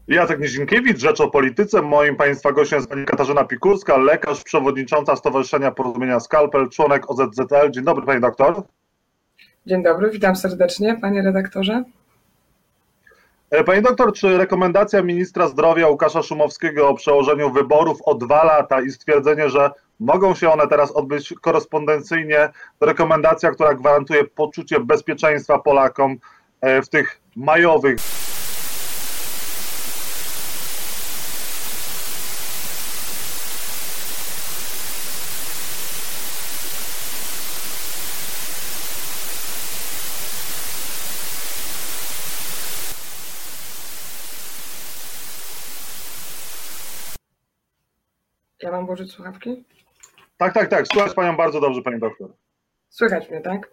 Jacek Nizinkiewicz, Rzecz o Polityce. Moim Państwa gościem jest pani Katarzyna Pikulska, lekarz, przewodnicząca Stowarzyszenia Porozumienia Skalpel, członek OZZL. Dzień dobry, pani doktor. Dzień dobry, witam serdecznie, panie redaktorze. Pani doktor, czy rekomendacja ministra zdrowia Łukasza Szumowskiego o przełożeniu wyborów o 2 lata i stwierdzenie, że mogą się one teraz odbyć korespondencyjnie, to rekomendacja, która gwarantuje poczucie bezpieczeństwa Polakom w tych majowych. Ja mam włożyć słuchawki? Tak. Słychać panią bardzo dobrze, pani doktor. Słychać mnie, tak?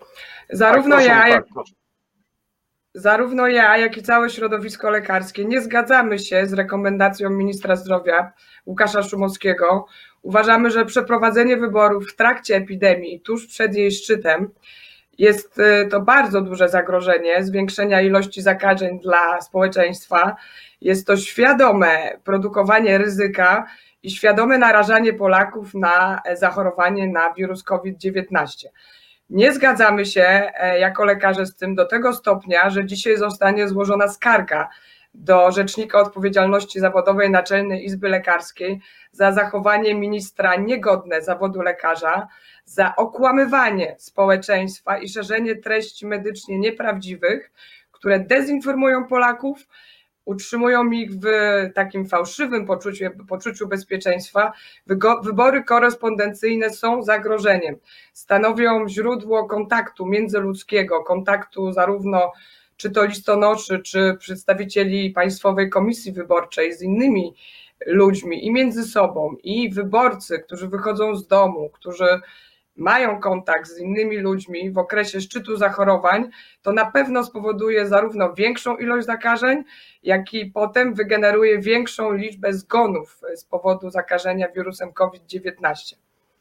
Zarówno ja, jak i całe środowisko lekarskie nie zgadzamy się z rekomendacją ministra zdrowia Łukasza Szumowskiego. Uważamy, że przeprowadzenie wyborów w trakcie epidemii, tuż przed jej szczytem, jest to bardzo duże zagrożenie zwiększenia ilości zakażeń dla społeczeństwa. Jest to świadome produkowanie ryzyka i świadome narażanie Polaków na zachorowanie na wirus COVID-19. Nie zgadzamy się jako lekarze z tym do tego stopnia, że dzisiaj zostanie złożona skarga do Rzecznika Odpowiedzialności Zawodowej Naczelnej Izby Lekarskiej za zachowanie ministra niegodne zawodu lekarza, za okłamywanie społeczeństwa i szerzenie treści medycznie nieprawdziwych, które dezinformują Polaków, utrzymują ich w takim fałszywym poczuciu bezpieczeństwa. Wybory korespondencyjne są zagrożeniem. Stanowią źródło kontaktu międzyludzkiego, kontaktu zarówno czy to listonoszy, czy przedstawicieli Państwowej Komisji Wyborczej z innymi ludźmi i między sobą, i wyborcy, którzy wychodzą z domu, którzy mają kontakt z innymi ludźmi w okresie szczytu zachorowań, to na pewno spowoduje zarówno większą ilość zakażeń, jak i potem wygeneruje większą liczbę zgonów z powodu zakażenia wirusem COVID-19.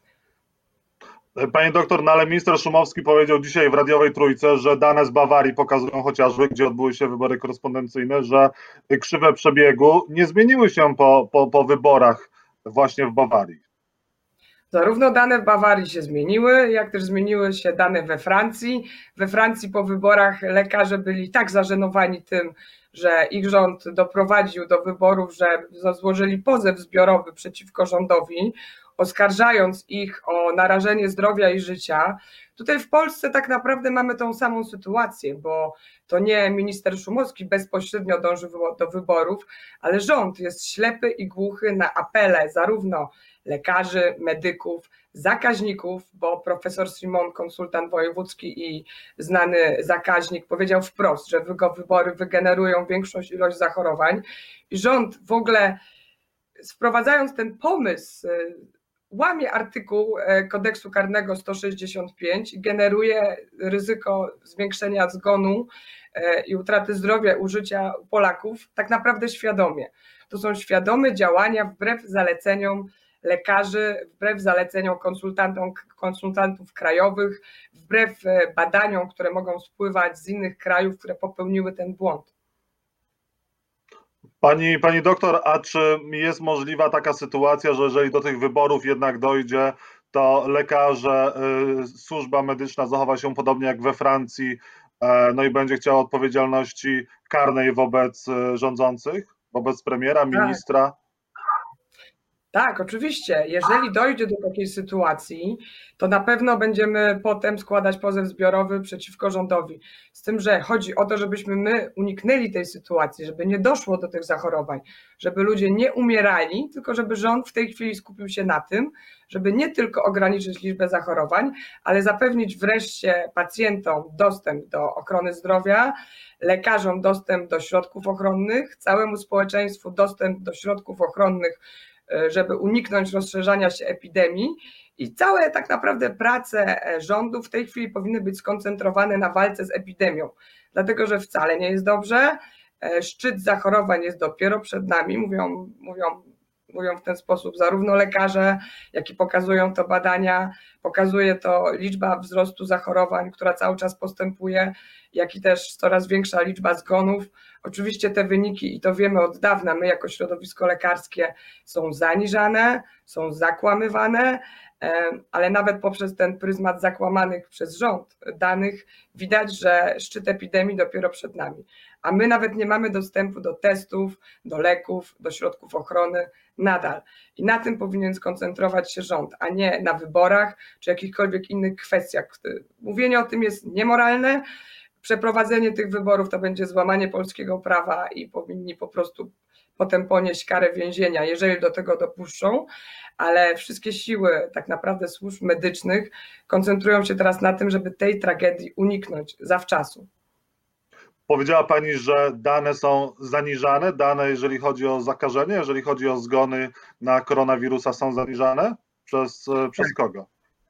Panie doktor, no ale minister Szumowski powiedział dzisiaj w radiowej Trójce, że dane z Bawarii pokazują chociażby, gdzie odbyły się wybory korespondencyjne, że krzywe przebiegu nie zmieniły się po wyborach właśnie w Bawarii. Zarówno dane w Bawarii się zmieniły, jak też zmieniły się dane we Francji. We Francji po wyborach lekarze byli tak zażenowani tym, że ich rząd doprowadził do wyborów, że złożyli pozew zbiorowy przeciwko rządowi, oskarżając ich o narażenie zdrowia i życia. Tutaj w Polsce tak naprawdę mamy tą samą sytuację, bo to nie minister Szumowski bezpośrednio dąży do wyborów, ale rząd jest ślepy i głuchy na apele zarówno lekarzy, medyków, zakaźników, bo profesor Simon, konsultant wojewódzki i znany zakaźnik, powiedział wprost, że wybory wygenerują większą ilość zachorowań i rząd w ogóle wprowadzając ten pomysł łamie artykuł kodeksu karnego 165 i generuje ryzyko zwiększenia zgonu i utraty zdrowia u życia Polaków tak naprawdę świadomie. To są świadome działania wbrew zaleceniom lekarzy, wbrew zaleceniom konsultantów krajowych, wbrew badaniom, które mogą spływać z innych krajów, które popełniły ten błąd. Pani doktor, a czy jest możliwa taka sytuacja, że jeżeli do tych wyborów jednak dojdzie, to lekarze, służba medyczna zachowa się podobnie jak we Francji, no i będzie chciała odpowiedzialności karnej wobec rządzących, wobec premiera, ministra? Tak, oczywiście. Jeżeli dojdzie do takiej sytuacji, to na pewno będziemy potem składać pozew zbiorowy przeciwko rządowi. Z tym, że chodzi o to, żebyśmy my uniknęli tej sytuacji, żeby nie doszło do tych zachorowań, żeby ludzie nie umierali, tylko żeby rząd w tej chwili skupił się na tym, żeby nie tylko ograniczyć liczbę zachorowań, ale zapewnić wreszcie pacjentom dostęp do ochrony zdrowia, lekarzom dostęp do środków ochronnych, całemu społeczeństwu dostęp do środków ochronnych, żeby uniknąć rozszerzania się epidemii i całe tak naprawdę prace rządu w tej chwili powinny być skoncentrowane na walce z epidemią, dlatego że wcale nie jest dobrze, szczyt zachorowań jest dopiero przed nami, mówią mówią w ten sposób zarówno lekarze, jak i pokazują to badania, pokazuje to liczba wzrostu zachorowań, która cały czas postępuje, jak i też coraz większa liczba zgonów. Oczywiście te wyniki, i to wiemy od dawna, my jako środowisko lekarskie, są zaniżane, są zakłamywane, ale nawet poprzez ten pryzmat zakłamanych przez rząd danych widać, że szczyt epidemii dopiero przed nami. A my nawet nie mamy dostępu do testów, do leków, do środków ochrony nadal. I na tym powinien skoncentrować się rząd, a nie na wyborach czy jakichkolwiek innych kwestiach. Mówienie o tym jest niemoralne. Przeprowadzenie tych wyborów to będzie złamanie polskiego prawa i powinni po prostu potem ponieść karę więzienia, jeżeli do tego dopuszczą, ale wszystkie siły tak naprawdę służb medycznych koncentrują się teraz na tym, żeby tej tragedii uniknąć zawczasu. Powiedziała Pani, że dane są zaniżane, dane jeżeli chodzi o zakażenie, jeżeli chodzi o zgony na koronawirusa są zaniżane? Przez kogo?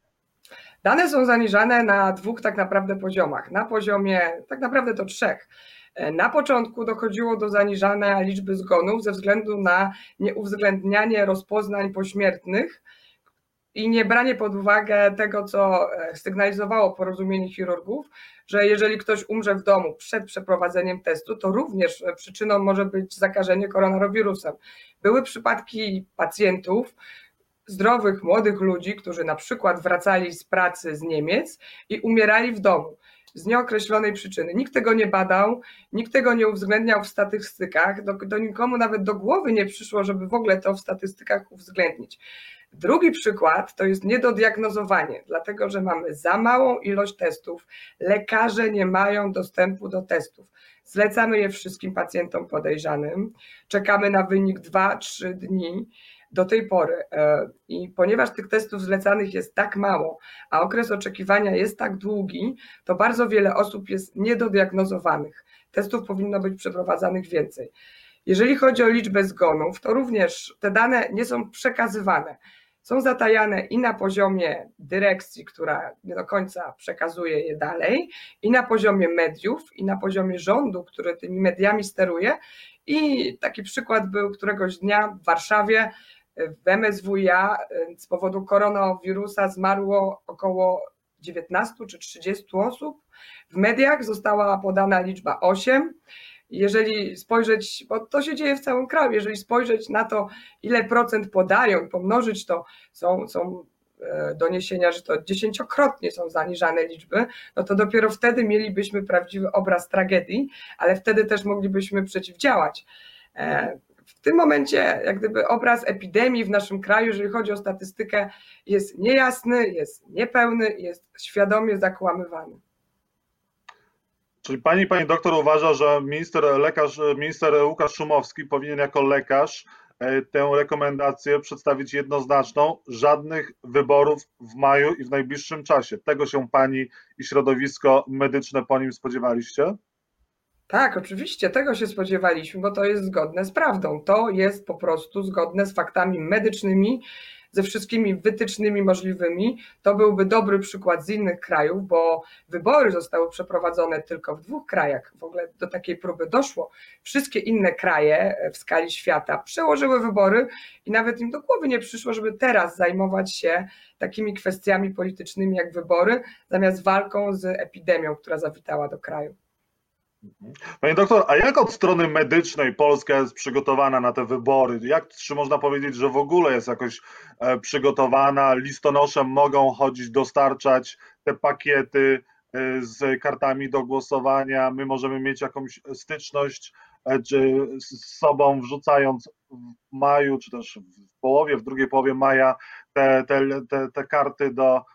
Dane są zaniżane na dwóch tak naprawdę poziomach. Na poziomie tak naprawdę to trzech. Na początku dochodziło do zaniżania liczby zgonów ze względu na nieuwzględnianie rozpoznań pośmiertnych i nie branie pod uwagę tego, co sygnalizowało porozumienie chirurgów, że jeżeli ktoś umrze w domu przed przeprowadzeniem testu, to również przyczyną może być zakażenie koronawirusem. Były przypadki pacjentów, zdrowych, młodych ludzi, którzy na przykład wracali z pracy z Niemiec i umierali w domu z nieokreślonej przyczyny. Nikt tego nie badał, nikt tego nie uwzględniał w statystykach, do nikomu nawet do głowy nie przyszło, żeby w ogóle to w statystykach uwzględnić. Drugi przykład to jest niedodiagnozowanie, dlatego że mamy za małą ilość testów, lekarze nie mają dostępu do testów. Zlecamy je wszystkim pacjentom podejrzanym, czekamy na wynik 2-3 dni do tej pory i ponieważ tych testów zlecanych jest tak mało, a okres oczekiwania jest tak długi, to bardzo wiele osób jest niedodiagnozowanych. Testów powinno być przeprowadzanych więcej. Jeżeli chodzi o liczbę zgonów, to również te dane nie są przekazywane. Są zatajane i na poziomie dyrekcji, która nie do końca przekazuje je dalej, i na poziomie mediów, i na poziomie rządu, który tymi mediami steruje. I taki przykład był któregoś dnia w Warszawie, w MSWiA z powodu koronawirusa zmarło około 19 czy 30 osób. W mediach została podana liczba 8. Jeżeli spojrzeć, bo to się dzieje w całym kraju, jeżeli spojrzeć na to, ile procent podają, pomnożyć to, są doniesienia, że to 10-krotnie są zaniżane liczby, no to dopiero wtedy mielibyśmy prawdziwy obraz tragedii, ale wtedy też moglibyśmy przeciwdziałać. W tym momencie jak gdyby obraz epidemii w naszym kraju, jeżeli chodzi o statystykę, jest niejasny, jest niepełny, jest świadomie zakłamywany. Czyli pani doktor uważa, że minister Łukasz Szumowski powinien jako lekarz tę rekomendację przedstawić jednoznaczną, żadnych wyborów w maju i w najbliższym czasie. Tego się pani i środowisko medyczne po nim spodziewaliście? Tak, oczywiście, tego się spodziewaliśmy, bo to jest zgodne z prawdą. To jest po prostu zgodne z faktami medycznymi, ze wszystkimi wytycznymi możliwymi. To byłby dobry przykład z innych krajów, bo wybory zostały przeprowadzone tylko w 2 krajach. W ogóle do takiej próby doszło. Wszystkie inne kraje w skali świata przełożyły wybory i nawet im do głowy nie przyszło, żeby teraz zajmować się takimi kwestiami politycznymi jak wybory, zamiast walką z epidemią, która zawitała do kraju. Pani doktor, a jak od strony medycznej Polska jest przygotowana na te wybory? Czy można powiedzieć, że w ogóle jest jakoś przygotowana? Listonosze mogą chodzić, dostarczać te pakiety z kartami do głosowania. My możemy mieć jakąś styczność czy z sobą, wrzucając w maju, czy też w drugiej połowie maja te karty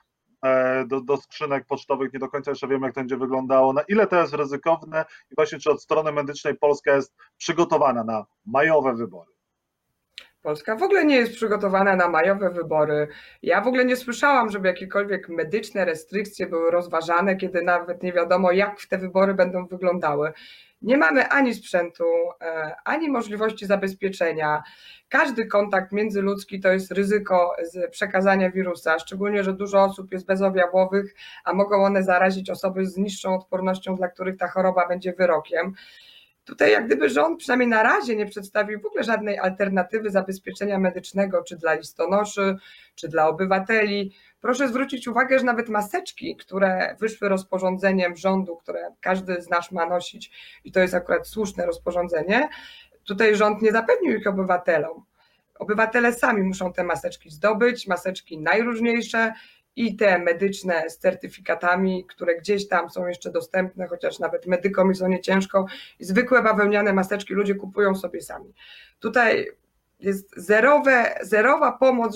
do skrzynek pocztowych. Nie do końca jeszcze wiemy, jak to będzie wyglądało. Na ile to jest ryzykowne i właśnie czy od strony medycznej Polska jest przygotowana na majowe wybory? Polska w ogóle nie jest przygotowana na majowe wybory. Ja w ogóle nie słyszałam, żeby jakiekolwiek medyczne restrykcje były rozważane, kiedy nawet nie wiadomo, jak te wybory będą wyglądały. Nie mamy ani sprzętu, ani możliwości zabezpieczenia. Każdy kontakt międzyludzki to jest ryzyko z przekazania wirusa, szczególnie, że dużo osób jest bezobjawowych, a mogą one zarazić osoby z niższą odpornością, dla których ta choroba będzie wyrokiem. Tutaj jak gdyby rząd przynajmniej na razie nie przedstawił w ogóle żadnej alternatywy zabezpieczenia medycznego, czy dla listonoszy, czy dla obywateli. Proszę zwrócić uwagę, że nawet maseczki, które wyszły rozporządzeniem rządu, które każdy z nas ma nosić, i to jest akurat słuszne rozporządzenie, tutaj rząd nie zapewnił ich obywatelom. Obywatele sami muszą te maseczki zdobyć, maseczki najróżniejsze i te medyczne z certyfikatami, które gdzieś tam są jeszcze dostępne, chociaż nawet medykom jest o nie ciężko, i zwykłe bawełniane maseczki ludzie kupują sobie sami. Tutaj jest zerowa pomoc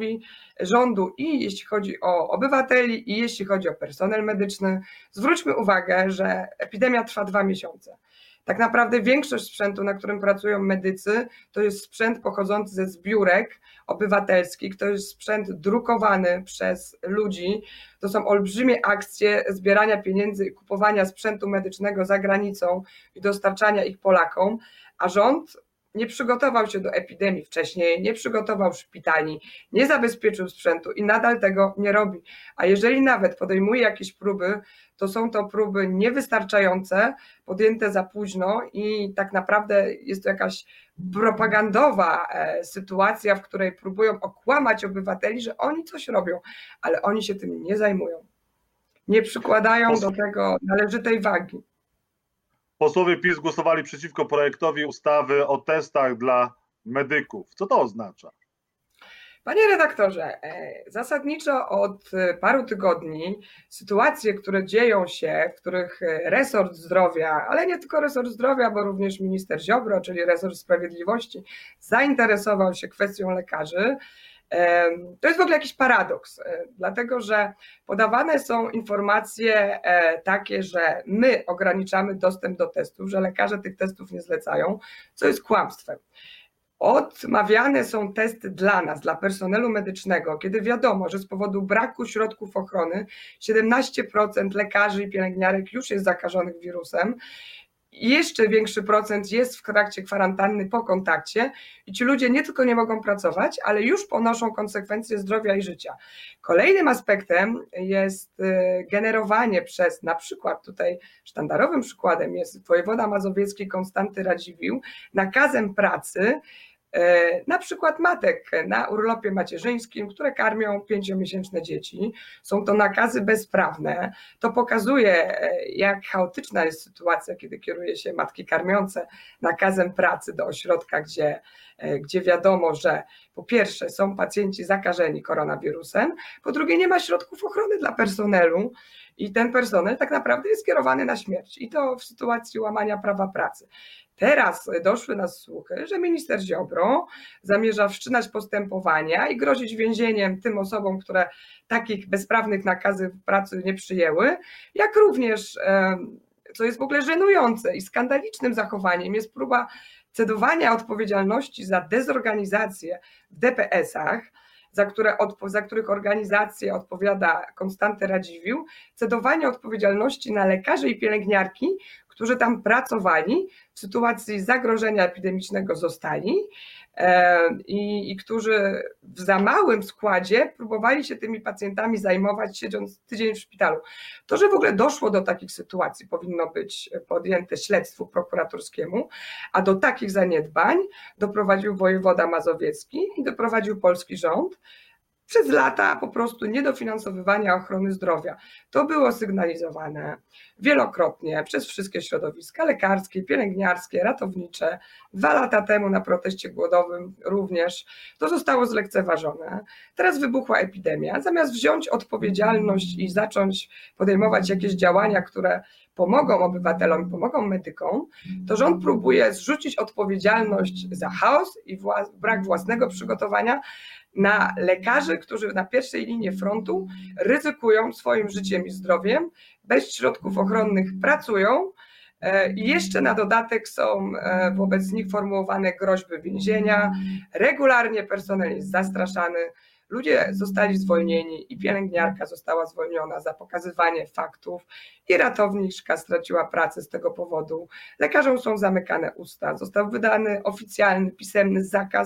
rządu i jeśli chodzi o obywateli, i jeśli chodzi o personel medyczny. Zwróćmy uwagę, że epidemia trwa 2 miesiące. Tak naprawdę większość sprzętu, na którym pracują medycy, to jest sprzęt pochodzący ze zbiórek obywatelskich, to jest sprzęt drukowany przez ludzi, to są olbrzymie akcje zbierania pieniędzy i kupowania sprzętu medycznego za granicą i dostarczania ich Polakom, a rząd nie przygotował się do epidemii wcześniej, nie przygotował szpitali, nie zabezpieczył sprzętu i nadal tego nie robi. A jeżeli nawet podejmuje jakieś próby, to są to próby niewystarczające, podjęte za późno i tak naprawdę jest to jakaś propagandowa sytuacja, w której próbują okłamać obywateli, że oni coś robią, ale oni się tym nie zajmują. Nie przykładają do tego należytej wagi. Posłowie PiS głosowali przeciwko projektowi ustawy o testach dla medyków. Co to oznacza? Panie redaktorze, zasadniczo od paru tygodni sytuacje, które dzieją się, w których resort zdrowia, ale nie tylko resort zdrowia, bo również minister Ziobro, czyli resort sprawiedliwości, zainteresował się kwestią lekarzy, to jest w ogóle jakiś paradoks, dlatego że podawane są informacje takie, że my ograniczamy dostęp do testów, że lekarze tych testów nie zlecają, co jest kłamstwem. Odmawiane są testy dla nas, dla personelu medycznego, kiedy wiadomo, że z powodu braku środków ochrony 17% lekarzy i pielęgniarek już jest zakażonych wirusem. Jeszcze większy procent jest w trakcie kwarantanny po kontakcie i ci ludzie nie tylko nie mogą pracować, ale już ponoszą konsekwencje zdrowia i życia. Kolejnym aspektem jest generowanie przez, na przykład tutaj sztandarowym przykładem jest wojewoda mazowiecki Konstanty Radziwiłł, nakazem pracy na przykład matek na urlopie macierzyńskim, które karmią 5-miesięczne dzieci. Są to nakazy bezprawne. To pokazuje, jak chaotyczna jest sytuacja, kiedy kieruje się matki karmiące nakazem pracy do ośrodka, gdzie wiadomo, że po pierwsze są pacjenci zakażeni koronawirusem, po drugie nie ma środków ochrony dla personelu i ten personel tak naprawdę jest skierowany na śmierć i to w sytuacji łamania prawa pracy. Teraz doszły nas słuchy, że minister Ziobro zamierza wszczynać postępowania i grozić więzieniem tym osobom, które takich bezprawnych nakazów pracy nie przyjęły, jak również, co jest w ogóle żenujące i skandalicznym zachowaniem, jest próba cedowania odpowiedzialności za dezorganizację w DPS-ach, za których organizację odpowiada Konstanty Radziwiłł, cedowanie odpowiedzialności na lekarzy i pielęgniarki, którzy tam pracowali, w sytuacji zagrożenia epidemicznego zostali i którzy w za małym składzie próbowali się tymi pacjentami zajmować, siedząc tydzień w szpitalu. To, że w ogóle doszło do takich sytuacji, powinno być podjęte śledztwu prokuratorskiemu, a do takich zaniedbań doprowadził wojewoda mazowiecki i doprowadził polski rząd, przez lata po prostu niedofinansowywania ochrony zdrowia. To było sygnalizowane wielokrotnie przez wszystkie środowiska lekarskie, pielęgniarskie, ratownicze. 2 lata temu na proteście głodowym również to zostało zlekceważone. Teraz wybuchła epidemia. Zamiast wziąć odpowiedzialność i zacząć podejmować jakieś działania, które pomogą obywatelom, pomogą medykom, to rząd próbuje zrzucić odpowiedzialność za chaos i brak własnego przygotowania na lekarzy, którzy na pierwszej linii frontu ryzykują swoim życiem i zdrowiem, bez środków ochronnych pracują i jeszcze na dodatek są wobec nich formułowane groźby więzienia, regularnie personel jest zastraszany, ludzie zostali zwolnieni i pielęgniarka została zwolniona za pokazywanie faktów i ratowniczka straciła pracę z tego powodu. Lekarzom są zamykane usta, został wydany oficjalny, pisemny zakaz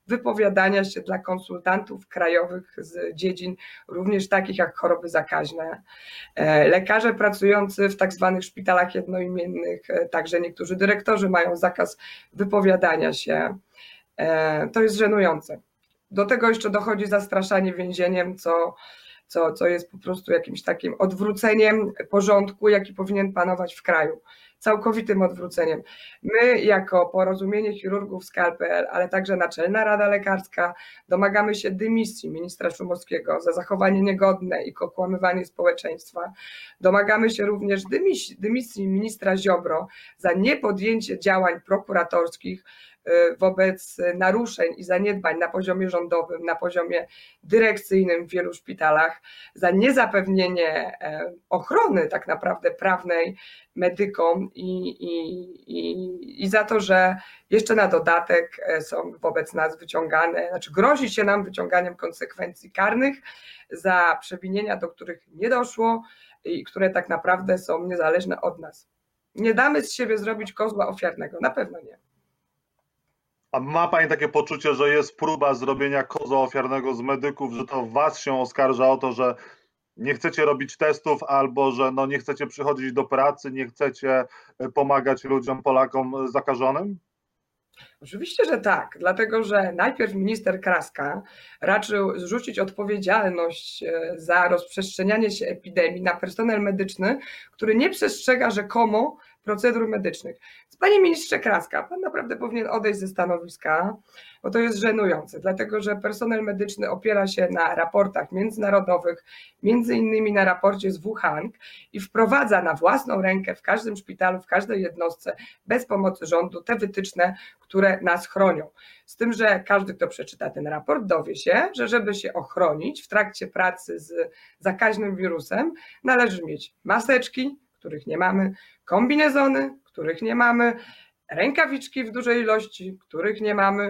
wypowiadania się dla konsultantów krajowych z dziedzin również takich jak choroby zakaźne. Lekarze pracujący w tak zwanych szpitalach jednoimiennych, także niektórzy dyrektorzy mają zakaz wypowiadania się. To jest żenujące. Do tego jeszcze dochodzi zastraszanie więzieniem, co jest po prostu jakimś takim odwróceniem porządku, jaki powinien panować w kraju. Całkowitym odwróceniem. My jako Porozumienie Chirurgów Scal.pl, ale także Naczelna Rada Lekarska domagamy się dymisji ministra Szumowskiego za zachowanie niegodne i okłamywanie społeczeństwa. Domagamy się również dymisji ministra Ziobro za niepodjęcie działań prokuratorskich wobec naruszeń i zaniedbań na poziomie rządowym, na poziomie dyrekcyjnym w wielu szpitalach, za niezapewnienie ochrony tak naprawdę prawnej medykom i za to, że jeszcze na dodatek są wobec nas wyciągane, znaczy grozi się nam wyciąganiem konsekwencji karnych za przewinienia, do których nie doszło i które tak naprawdę są niezależne od nas. Nie damy z siebie zrobić kozła ofiarnego, na pewno nie. A ma Pani takie poczucie, że jest próba zrobienia kozła ofiarnego z medyków, że to Was się oskarża o to, że nie chcecie robić testów albo że no nie chcecie przychodzić do pracy, nie chcecie pomagać ludziom, Polakom zakażonym? Oczywiście, że tak, dlatego że najpierw minister Kraska raczył zrzucić odpowiedzialność za rozprzestrzenianie się epidemii na personel medyczny, który nie przestrzega rzekomo procedur medycznych. Panie ministrze Kraska, pan naprawdę powinien odejść ze stanowiska, bo to jest żenujące, dlatego że personel medyczny opiera się na raportach międzynarodowych, między innymi na raporcie z Wuhan i wprowadza na własną rękę w każdym szpitalu, w każdej jednostce bez pomocy rządu te wytyczne, które nas chronią. Z tym, że każdy, kto przeczyta ten raport, dowie się, że żeby się ochronić w trakcie pracy z zakaźnym wirusem, należy mieć maseczki, których nie mamy, kombinezony, których nie mamy, rękawiczki w dużej ilości, których nie mamy,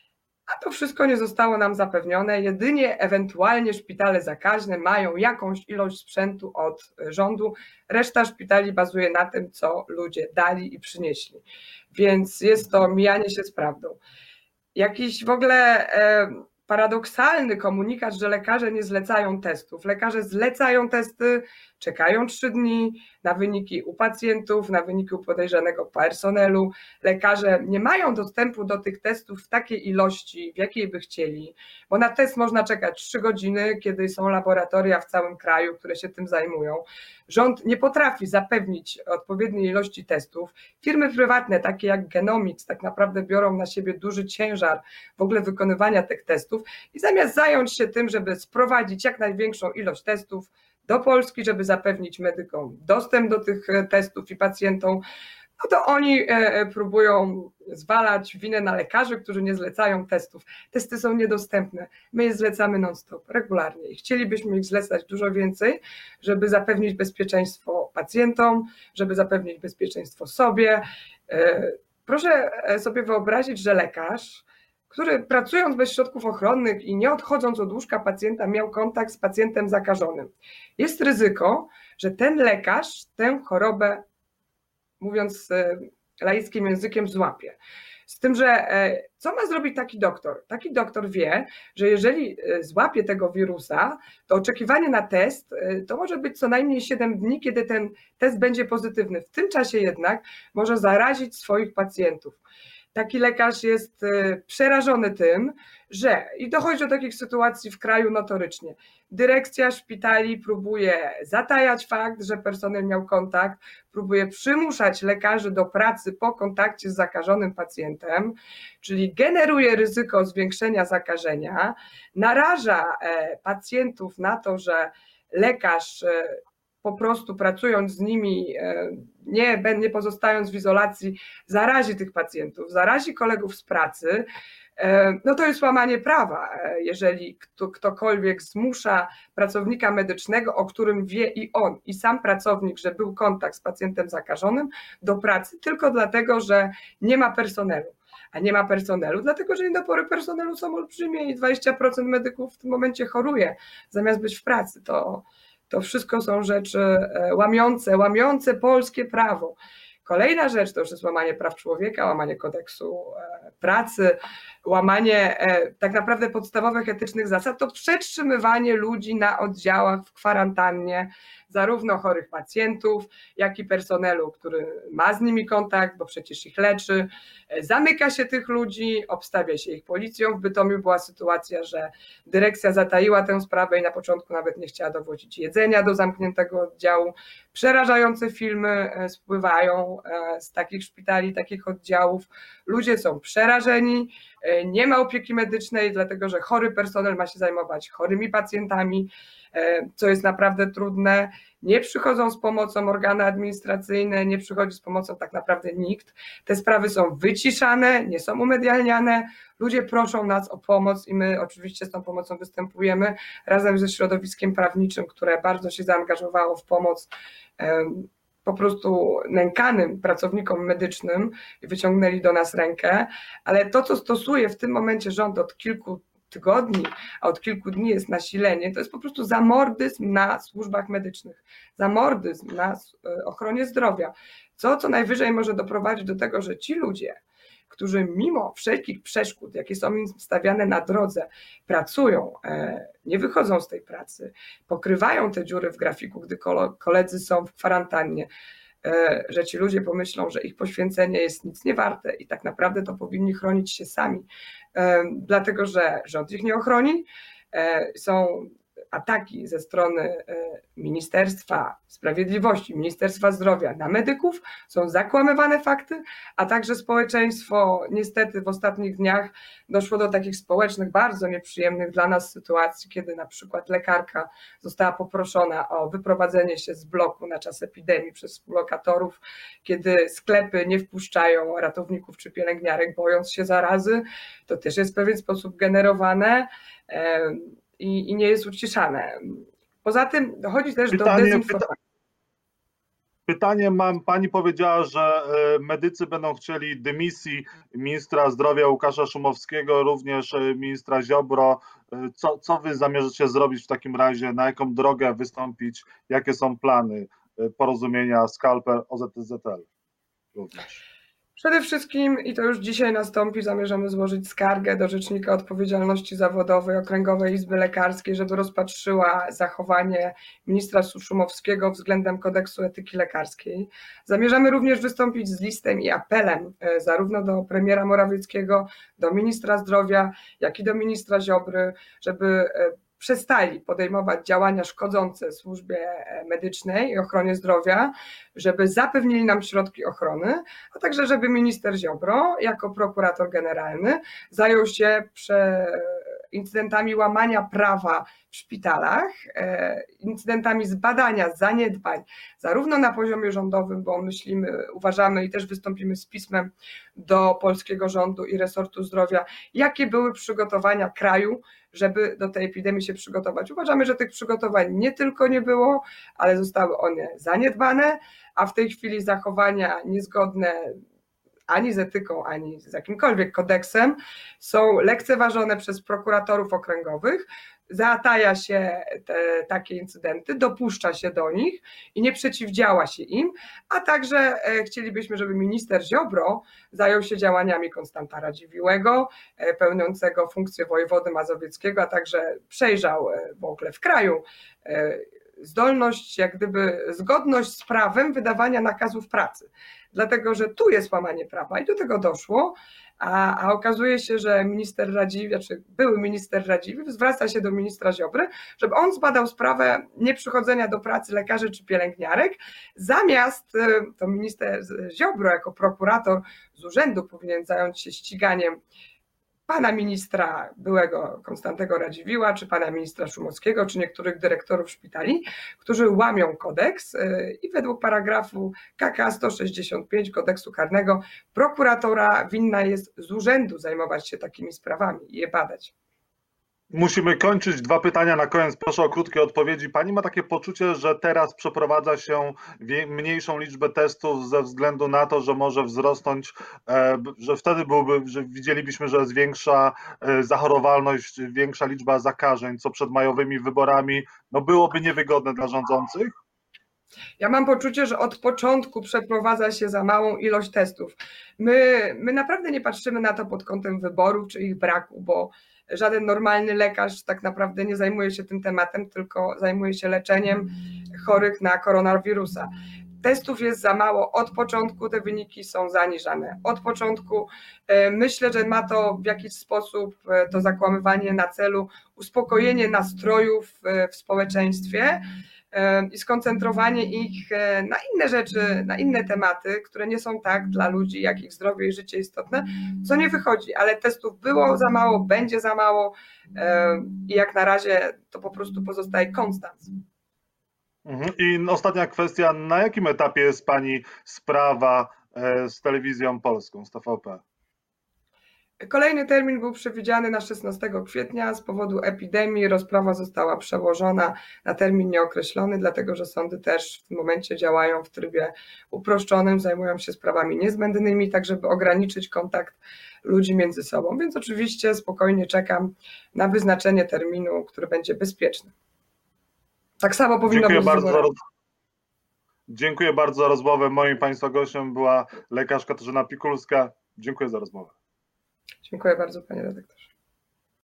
a to wszystko nie zostało nam zapewnione. Jedynie ewentualnie szpitale zakaźne mają jakąś ilość sprzętu od rządu, reszta szpitali bazuje na tym, co ludzie dali i przynieśli, więc jest to mijanie się z prawdą. Jakiś w ogóle paradoksalny komunikat, że lekarze nie zlecają testów. Lekarze zlecają testy, czekają 3 dni na wyniki u pacjentów, na wyniki u podejrzanego personelu. Lekarze nie mają dostępu do tych testów w takiej ilości, w jakiej by chcieli, bo na test można czekać 3 godziny, kiedy są laboratoria w całym kraju, które się tym zajmują. Rząd nie potrafi zapewnić odpowiedniej ilości testów. Firmy prywatne, takie jak Genomics, tak naprawdę biorą na siebie duży ciężar w ogóle wykonywania tych testów i zamiast zająć się tym, żeby sprowadzić jak największą ilość testów do Polski, żeby zapewnić medykom dostęp do tych testów i pacjentom, no to oni próbują zwalać winę na lekarzy, którzy nie zlecają testów. Testy są niedostępne, my je zlecamy non-stop, regularnie i chcielibyśmy ich zlecać dużo więcej, żeby zapewnić bezpieczeństwo pacjentom, żeby zapewnić bezpieczeństwo sobie. Proszę sobie wyobrazić, że lekarz, który pracując bez środków ochronnych i nie odchodząc od łóżka pacjenta miał kontakt z pacjentem zakażonym. Jest ryzyko, że ten lekarz tę chorobę, mówiąc laickim językiem, złapie. Z tym, że co ma zrobić taki doktor? Taki doktor wie, że jeżeli złapie tego wirusa, to oczekiwanie na test to może być co najmniej 7 dni, kiedy ten test będzie pozytywny. W tym czasie jednak może zarazić swoich pacjentów. Taki lekarz jest przerażony tym, że, i dochodzi do takich sytuacji w kraju notorycznie, dyrekcja szpitali próbuje zatajać fakt, że personel miał kontakt, próbuje przymuszać lekarzy do pracy po kontakcie z zakażonym pacjentem, czyli generuje ryzyko zwiększenia zakażenia, naraża pacjentów na to, że lekarz po prostu pracując z nimi, nie pozostając w izolacji, zarazi tych pacjentów, zarazi kolegów z pracy, no to jest łamanie prawa, jeżeli ktokolwiek zmusza pracownika medycznego, o którym wie i on, i sam pracownik, że był kontakt z pacjentem zakażonym, do pracy tylko dlatego, że nie ma personelu. A nie ma personelu, dlatego że niedobory personelu są olbrzymie i 20% medyków w tym momencie choruje, zamiast być w pracy. To wszystko są rzeczy łamiące polskie prawo. Kolejna rzecz to już jest łamanie praw człowieka, łamanie kodeksu pracy, łamanie tak naprawdę podstawowych etycznych zasad, to przetrzymywanie ludzi na oddziałach w kwarantannie, zarówno chorych pacjentów, jak i personelu, który ma z nimi kontakt, bo przecież ich leczy. Zamyka się tych ludzi, obstawia się ich policją. W Bytomiu była sytuacja, że dyrekcja zataiła tę sprawę i na początku nawet nie chciała dowozić jedzenia do zamkniętego oddziału. Przerażające filmy spływają z takich szpitali, takich oddziałów. Ludzie są przerażeni, nie ma opieki medycznej, dlatego że chory personel ma się zajmować chorymi pacjentami, co jest naprawdę trudne. Nie przychodzą z pomocą organy administracyjne, nie przychodzi z pomocą tak naprawdę nikt. Te sprawy są wyciszane, nie są umedialniane. Ludzie proszą nas o pomoc i my oczywiście z tą pomocą występujemy razem ze środowiskiem prawniczym, które bardzo się zaangażowało w pomoc po prostu nękanym pracownikom medycznym i wyciągnęli do nas rękę, ale to, co stosuje w tym momencie rząd od kilku tygodni, a od kilku dni jest nasilenie, to jest po prostu zamordyzm na służbach medycznych, zamordyzm na ochronie zdrowia, co najwyżej może doprowadzić do tego, że ci ludzie, którzy mimo wszelkich przeszkód, jakie są im stawiane na drodze, pracują, nie wychodzą z tej pracy, pokrywają te dziury w grafiku, gdy koledzy są w kwarantannie, że ci ludzie pomyślą, że ich poświęcenie jest nic nie warte i tak naprawdę to powinni chronić się sami, dlatego że rząd ich nie ochroni. Są ataki ze strony Ministerstwa Sprawiedliwości, Ministerstwa Zdrowia na medyków, są zakłamywane fakty, a także społeczeństwo niestety w ostatnich dniach doszło do takich społecznych, bardzo nieprzyjemnych dla nas sytuacji, kiedy na przykład lekarka została poproszona o wyprowadzenie się z bloku na czas epidemii przez współlokatorów, kiedy sklepy nie wpuszczają ratowników czy pielęgniarek, bojąc się zarazy. To też jest w pewien sposób generowane i nie jest uciszane. Poza tym dochodzi też do dezinformacji. Pytanie mam, pani powiedziała, że medycy będą chcieli dymisji ministra zdrowia Łukasza Szumowskiego, również ministra Ziobro. Co wy zamierzacie zrobić w takim razie, na jaką drogę wystąpić, jakie są plany porozumienia Skalpel OZZL również? Przede wszystkim, i to już dzisiaj nastąpi, zamierzamy złożyć skargę do Rzecznika Odpowiedzialności Zawodowej Okręgowej Izby Lekarskiej, żeby rozpatrzyła zachowanie ministra Szumowskiego względem kodeksu etyki lekarskiej. Zamierzamy również wystąpić z listem i apelem zarówno do premiera Morawieckiego, do ministra zdrowia, jak i do ministra Ziobry, żeby przestali podejmować działania szkodzące służbie medycznej i ochronie zdrowia, żeby zapewnili nam środki ochrony, a także żeby minister Ziobro jako prokurator generalny zajął się incydentami łamania prawa w szpitalach, incydentami zbadania zaniedbań, zarówno na poziomie rządowym, bo uważamy i też wystąpimy z pismem do polskiego rządu i resortu zdrowia, jakie były przygotowania kraju, żeby do tej epidemii się przygotować. Uważamy, że tych przygotowań nie tylko nie było, ale zostały one zaniedbane, a w tej chwili zachowania niezgodne ani z etyką, ani z jakimkolwiek kodeksem są lekceważone przez prokuratorów okręgowych, zataja się takie incydenty, dopuszcza się do nich i nie przeciwdziała się im, a także chcielibyśmy, żeby minister Ziobro zajął się działaniami Konstanta Radziwiłłego, pełniącego funkcję wojewody mazowieckiego, a także przejrzał w ogóle w kraju zdolność, jak gdyby zgodność z prawem wydawania nakazów pracy. Dlatego, że tu jest łamanie prawa i do tego doszło, a okazuje się, że minister Radziwiłł, czy były minister Radziwiłł zwraca się do ministra Ziobry, żeby on zbadał sprawę nieprzychodzenia do pracy lekarzy czy pielęgniarek, zamiast to minister Ziobro jako prokurator z urzędu powinien zająć się ściganiem pana ministra byłego Konstantego Radziwiłła, czy pana ministra Szumowskiego, czy niektórych dyrektorów szpitali, którzy łamią kodeks i według paragrafu KK 165 kodeksu karnego prokuratora winna jest z urzędu zajmować się takimi sprawami i je badać. Musimy kończyć. 2 pytania na koniec. Proszę o krótkie odpowiedzi. Pani ma takie poczucie, że teraz przeprowadza się mniejszą liczbę testów ze względu na to, że może wzrosnąć, że wtedy że widzielibyśmy, że jest większa zachorowalność, większa liczba zakażeń, co przed majowymi wyborami byłoby niewygodne dla rządzących? Ja mam poczucie, że od początku przeprowadza się za małą ilość testów. My naprawdę nie patrzymy na to pod kątem wyborów czy ich braku, bo żaden normalny lekarz tak naprawdę nie zajmuje się tym tematem, tylko zajmuje się leczeniem chorych na koronawirusa. Testów jest za mało od początku, te wyniki są zaniżane. Od początku myślę, że ma to w jakiś sposób to zakłamywanie na celu uspokojenie nastrojów w społeczeństwie i skoncentrowanie ich na inne rzeczy, na inne tematy, które nie są tak dla ludzi, jak ich zdrowie i życie istotne, co nie wychodzi, ale testów było za mało, będzie za mało i jak na razie to po prostu pozostaje konstans. I ostatnia kwestia, na jakim etapie jest Pani sprawa z Telewizją Polską, z TVP? Kolejny termin był przewidziany na 16 kwietnia. Z powodu epidemii rozprawa została przełożona na termin nieokreślony, dlatego że sądy też w tym momencie działają w trybie uproszczonym, zajmują się sprawami niezbędnymi, tak żeby ograniczyć kontakt ludzi między sobą. Więc oczywiście spokojnie czekam na wyznaczenie terminu, który będzie bezpieczny. Tak samo powinno być. Dziękuję bardzo za rozmowę. Moim Państwa gościem była lekarz Katarzyna Pikulska. Dziękuję za rozmowę. Dziękuję bardzo, panie redaktorze.